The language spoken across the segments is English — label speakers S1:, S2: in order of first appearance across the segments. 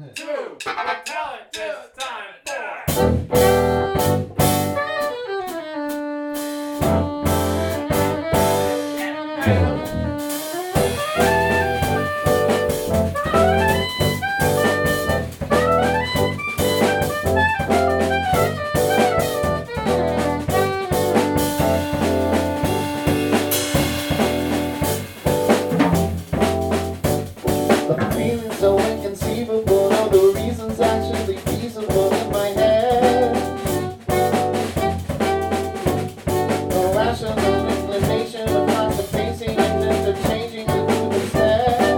S1: two, tell it this time, four.
S2: Feeling so inconceivable, all the reasons actually feasible in my head. No rational inclination of contemplating and interchanging the truth instead.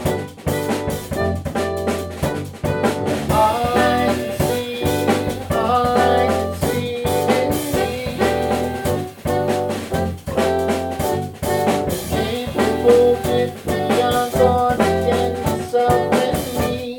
S2: All I can see is me. Incapable, gifted, unborn again. Myself and me.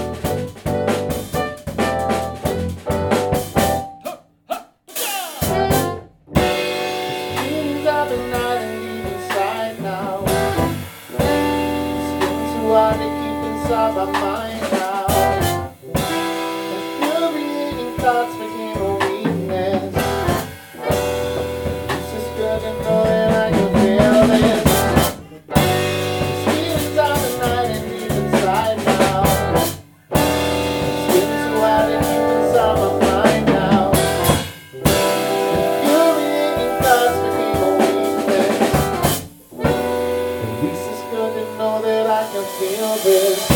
S2: Feelings I've been hiding deep inside now. It's getting too hard to keep inside my mind now. Infuriating thoughts became a weakness. It's just good to know that I can feel this. Feelings I've been hiding deep inside now. It's getting too hard to keep inside my mind now. Infuriating thoughts became a weakness. At least it's good to know that I can feel this.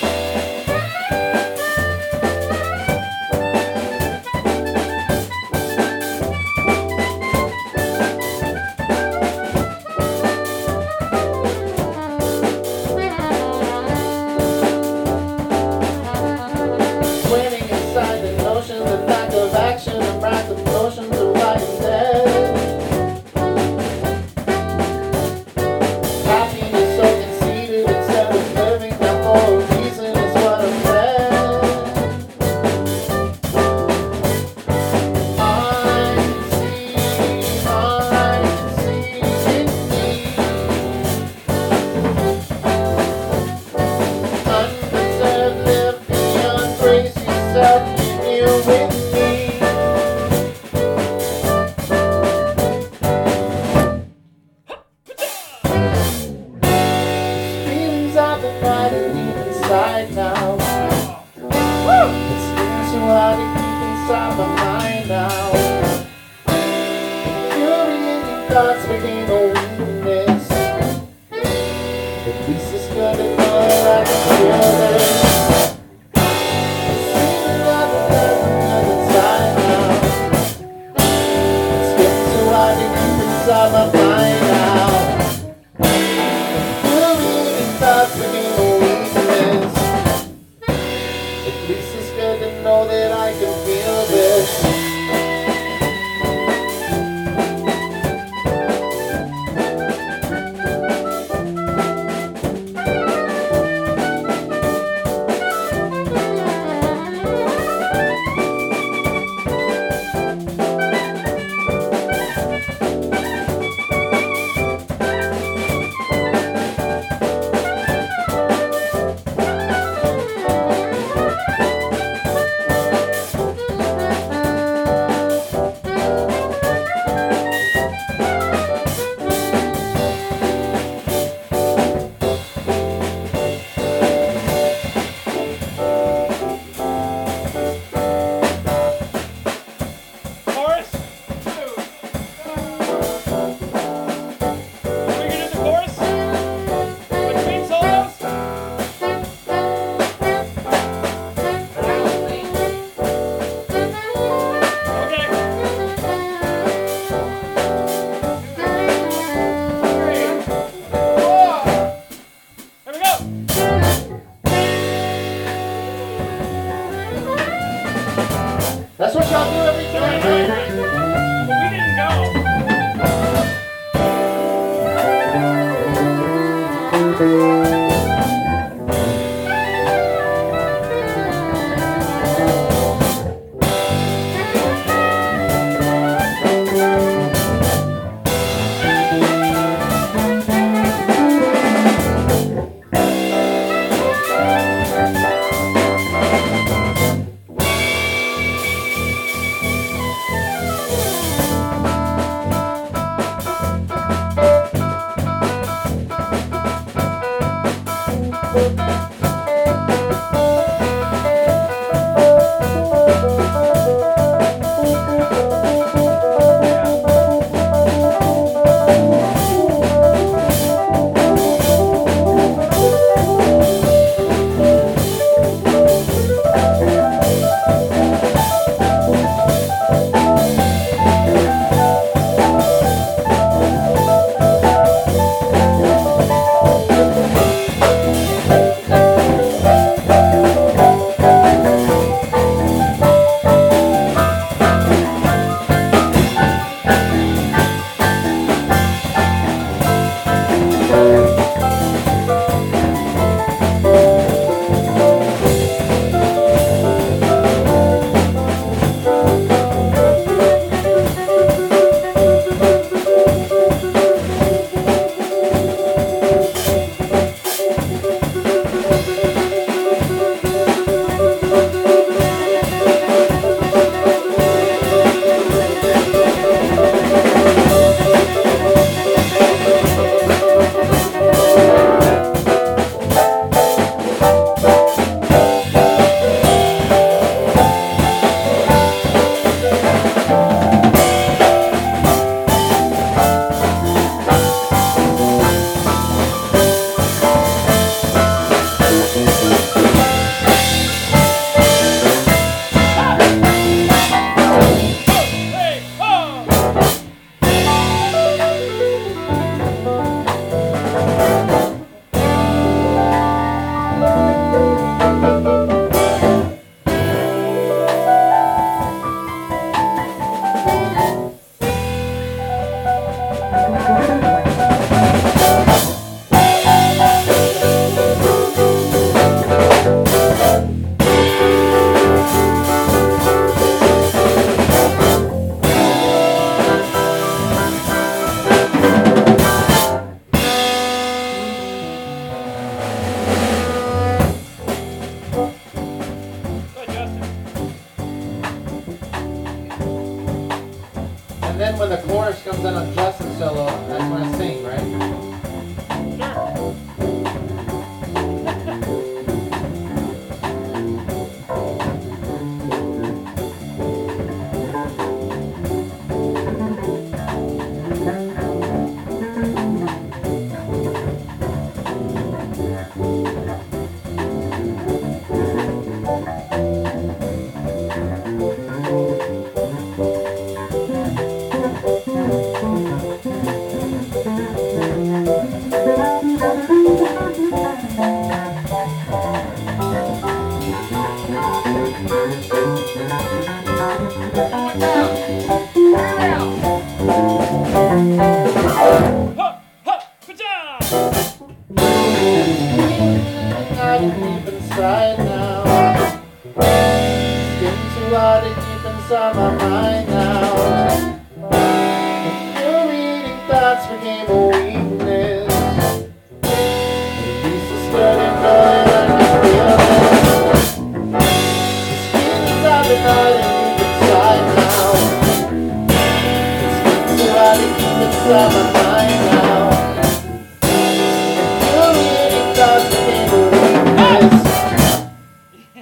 S2: Swimming inside the notion, the lack of action, and lack of notions of why I'm dead. Happiness so conceited instead of living now for a reason is what I'm saying. All I can see is me. Undeserved, live beyond grace, yourself in here with me. Feelings I've been hiding deep inside now. It's getting too hard to keep inside my mind now. Infuriating thoughts became a weakness. At least it's good to know that I can feel this. Feelings I've been hiding deep inside now. It's getting too hard to keep inside my mind now. Infuriating thoughts became a weakness. At least it's good to know that I can feel this. And then when the chorus comes in on Justin's solo, that's when I sing, right? Deep inside now, it's getting too hard to keep inside my mind now. Your reading thoughts became a